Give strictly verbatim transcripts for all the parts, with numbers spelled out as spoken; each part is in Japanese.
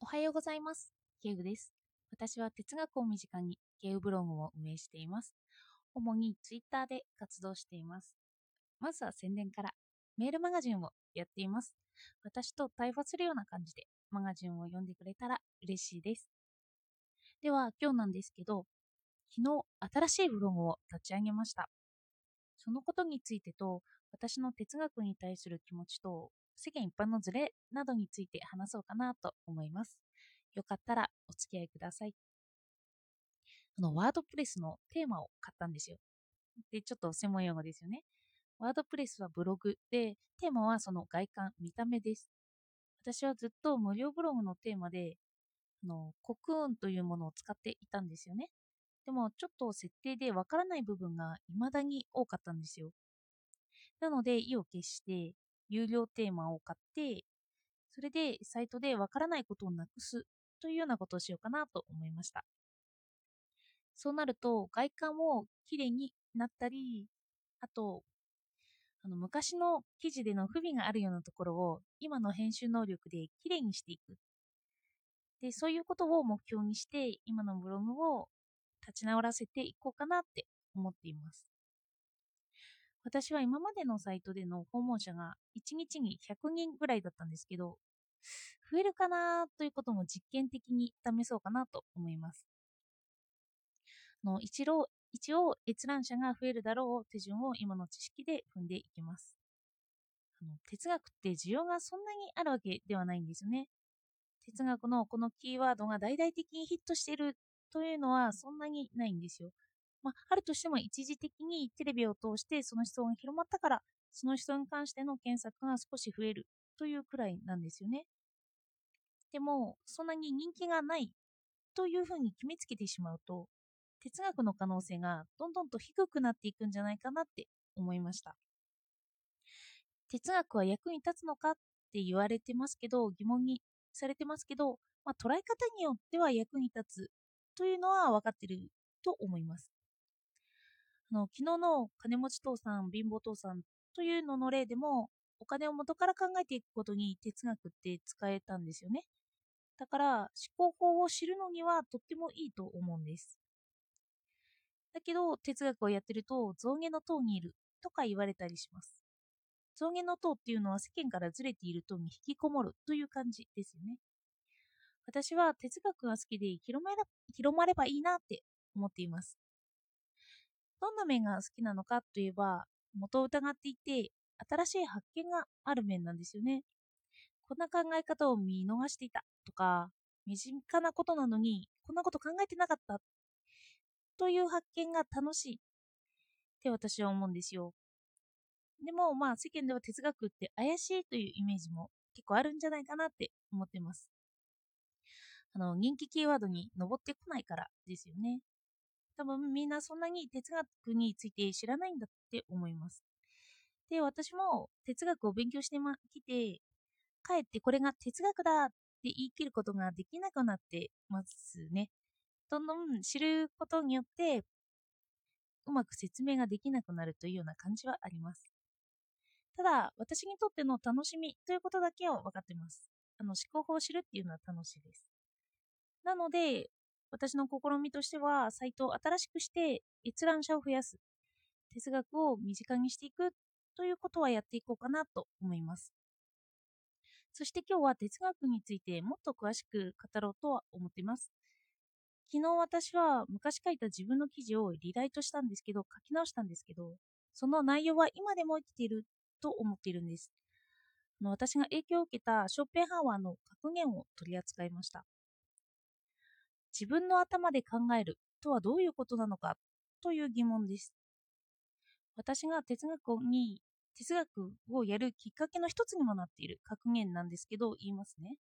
おはようございます。ケウです。私は哲学を身近にケウブログを運営しています。主にツイッターで活動しています。まずは宣伝から。メールマガジンをやっています。私と対話するような感じでマガジンを読んでくれたら嬉しいです。では今日なんですけど、昨日新しいブログを立ち上げました。そのことについてと、私の哲学に対する気持ちと、世間一般のズレなどについて話そうかなと思います。よかったらお付き合いください。あの、ワードプレスのテーマを買ったんですよ。で、ちょっと専門用語ですよね。ワードプレスはブログで、テーマはその外観、見た目です。私はずっと無料ブログのテーマで、あの、コクーンというものを使っていたんですよね。でも、ちょっと設定でわからない部分が未だに多かったんですよ。なので、意を決して、有料テーマを買って、それでサイトでわからないことをなくすというようなことをしようかなと思いました。そうなると、外観も綺麗になったり、あと、あの昔の記事での不備があるようなところを今の編集能力で綺麗にしていく。で、そういうことを目標にして今のブログを立ち直らせていこうかなって思っています。私は今までのサイトでの訪問者がいちにちにひゃくにんぐらいだったんですけど、増えるかなということも実験的に試そうかなと思います。あの一応一応閲覧者が増えるだろう手順を今の知識で踏んでいきます。あの哲学って需要がそんなにあるわけではないんですよね。哲学のこのキーワードが大々的にヒットしているというのはそんなにないんですよ。まあ、あるとしても一時的にテレビを通してその思想が広まったから、その思想に関しての検索が少し増えるというくらいなんですよね。でも、そんなに人気がないというふうに決めつけてしまうと、哲学の可能性がどんどんと低くなっていくんじゃないかなって思いました。哲学は役に立つのかって言われてますけど、疑問にされてますけど、まあ、捉え方によっては役に立つというのは分かっていると思います。あの昨日の金持ち父さん、貧乏父さんというのの例でも、お金を元から考えていくことに哲学って使えたんですよね。だから思考法を知るのにはとってもいいと思うんです。だけど哲学をやってると象牙の塔にいるとか言われたりします。象牙の塔っていうのは世間からずれている塔に引きこもるという感じですよね。私は哲学が好きで広まれ広まればいいなって思っています。どんな面が好きなのかといえば、元を疑っていて新しい発見がある面なんですよね。こんな考え方を見逃していたとか、身近なことなのにこんなこと考えてなかったという発見が楽しいって私は思うんですよ。でもまあ世間では哲学って怪しいというイメージも結構あるんじゃないかなって思ってます。あの人気キーワードに上ってこないからですよね。多分みんなそんなに哲学について知らないんだって思います。で、私も哲学を勉強してまきて、かえってこれが哲学だって言い切ることができなくなってますね。どんどん知ることによってうまく説明ができなくなるというような感じはあります。ただ、私にとっての楽しみということだけを分かっています。あの思考法を知るっていうのは楽しいです。なので、私の試みとしては、サイトを新しくして閲覧者を増やす、哲学を身近にしていくということはやっていこうかなと思います。そして今日は哲学についてもっと詳しく語ろうとは思っています。昨日私は昔書いた自分の記事をリライトしたんですけど、書き直したんですけど、その内容は今でも生きていると思っているんです。あの私が影響を受けたショッペンハワーの格言を取り扱いました。自分の頭で考えるとはどういうことなのかという疑問です。私が哲学に哲学をやるきっかけの一つにもなっている格言なんですけど、言いますね。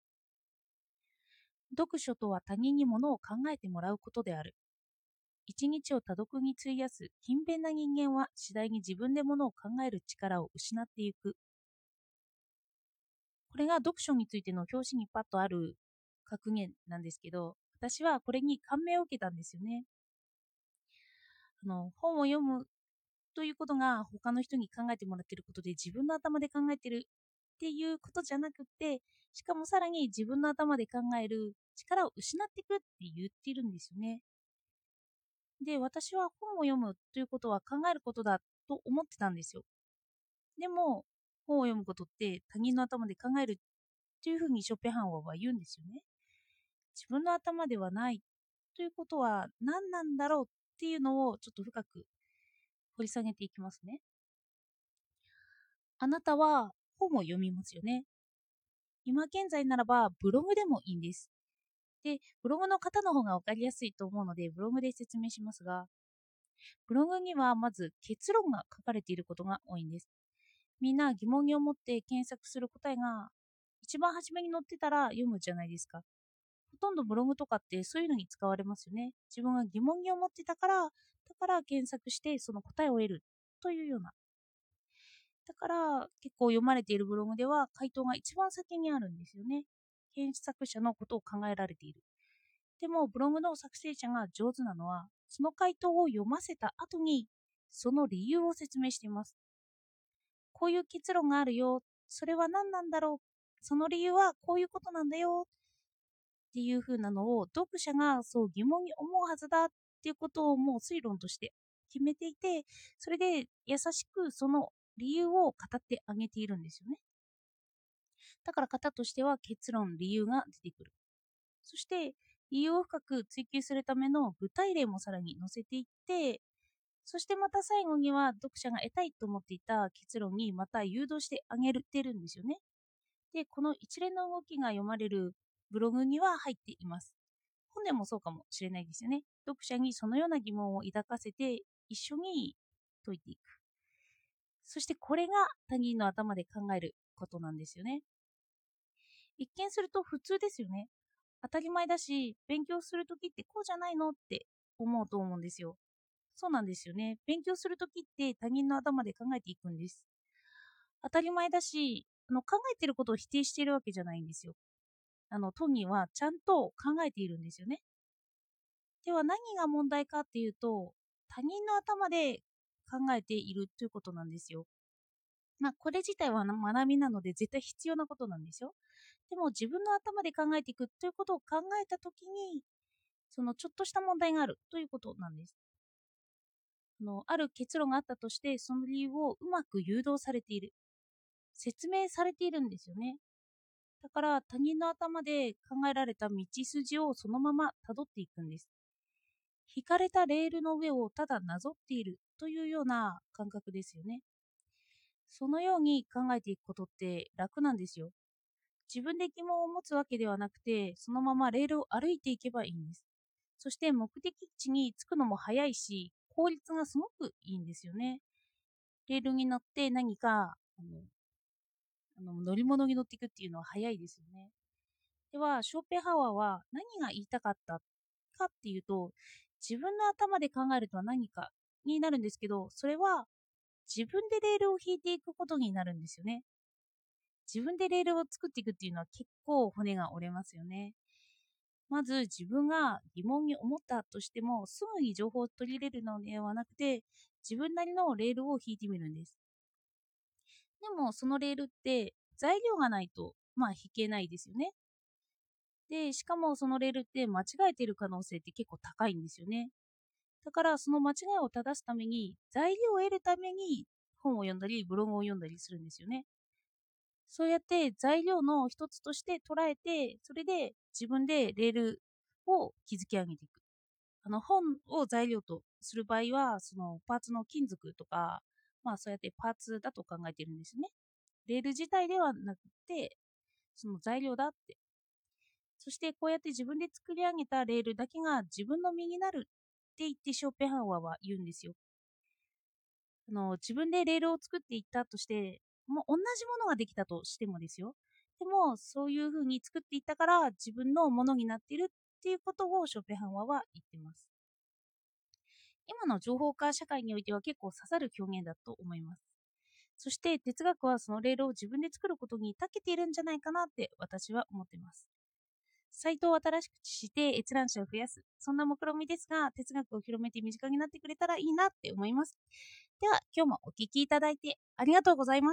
読書とは他人にものを考えてもらうことである。一日を多読に費やす勤勉な人間は次第に自分でものを考える力を失っていく。これが読書についての表紙にパッとある格言なんですけど、私はこれに感銘を受けたんですよね。あの本を読むということが他の人に考えてもらっていることで自分の頭で考えているっっていうことじゃなくて、しかもさらに自分の頭で考える力を失っていくって言っているんですよね。で、私は本を読むということは考えることだと思ってたんですよ。でも、本を読むことって他人の頭で考えるっていうふうにショペンハウアーは言うんですよね。自分の頭ではないということは何なんだろうっていうのをちょっと深く掘り下げていきますね。あなたは本を読みますよね。今現在ならばブログでもいいんです。で、ブログの方の方が分かりやすいと思うので、ブログで説明しますが、ブログにはまず結論が書かれていることが多いんです。みんな疑問に思って検索する答えが一番初めに載ってたら読むじゃないですか。ほとんどブログとかってそういうのに使われますよね。自分が疑問に思ってたから、だから検索してその答えを得るというような。だから結構読まれているブログでは回答が一番先にあるんですよね。検索者のことを考えられている。でもブログの作成者が上手なのは、その回答を読ませた後にその理由を説明しています。こういう結論があるよ。それは何なんだろう。その理由はこういうことなんだよ。っていう風なのを読者がそう疑問に思うはずだっていうことをもう推論として決めていて、それで優しくその理由を語ってあげているんですよね。だから方としては結論、理由が出てくる。そして理由を深く追求するための具体例もさらに載せていって、そしてまた最後には読者が得たいと思っていた結論にまた誘導してあげてるんですよね。で、この一連の動きが読まれるブログには入っています。本でもそうかもしれないですよね。読者にそのような疑問を抱かせて一緒に解いていく。そしてこれが他人の頭で考えることなんですよね。一見すると普通ですよね。当たり前だし、勉強するときってこうじゃないのって思うと思うんですよ。そうなんですよね。勉強するときって他人の頭で考えていくんです。当たり前だし、あの考えていることを否定しているわけじゃないんですよ。あの当人はちゃんと考えているんですよね。では何が問題かっていうと、他人の頭で考えているということなんですよ。まあ、これ自体は学びなので絶対必要なことなんですよ。でも自分の頭で考えていくということを考えたときに、そのちょっとした問題があるということなんです。あのある結論があったとして、その理由をうまく誘導されている。説明されているんですよね。だから他人の頭で考えられた道筋をそのまま辿っていくんです。引かれたレールの上をただなぞっているというような感覚ですよね。そのように考えていくことって楽なんですよ。自分で疑問を持つわけではなくて、そのままレールを歩いていけばいいんです。そして目的地に着くのも早いし、効率がすごくいいんですよね。レールに乗って何かあのあの乗り物に乗っていくっていうのは早いですよね。では、ショーペンハワーは何が言いたかったかっていうと、自分の頭で考えるとは何かになるんですけど、それは自分でレールを引いていくことになるんですよね。自分でレールを作っていくっていうのは結構骨が折れますよね。まず自分が疑問に思ったとしても、すぐに情報を取り入れるのではなくて、自分なりのレールを引いてみるんです。でも、そのレールって材料がないと、まあ引けないですよね。で、しかもそのレールって間違えている可能性って結構高いんですよね。だからその間違いを正すために、材料を得るために本を読んだり、ブログを読んだりするんですよね。そうやって材料の一つとして捉えて、それで自分でレールを築き上げていく。あの本を材料とする場合は、そのパーツの金属とか、まあそうやってパーツだと考えてるんですね。レール自体ではなくて、その材料だって。そしてこうやって自分で作り上げたレールだけが自分の身になるって言ってショーペンハワーは言うんですよ。あの自分でレールを作っていったとして、もう同じものができたとしてもですよ。でもそういう風に作っていったから自分のものになっているっていうことをショーペンハワーは言ってます。今の情報化社会においては結構刺さる表現だと思います。そして哲学はそのレールを自分で作ることに長けているんじゃないかなって私は思っています。サイトを新しくして閲覧者を増やす。そんな目論見みですが、哲学を広めて身近になってくれたらいいなって思います。では、今日もお聞きいただいてありがとうございました。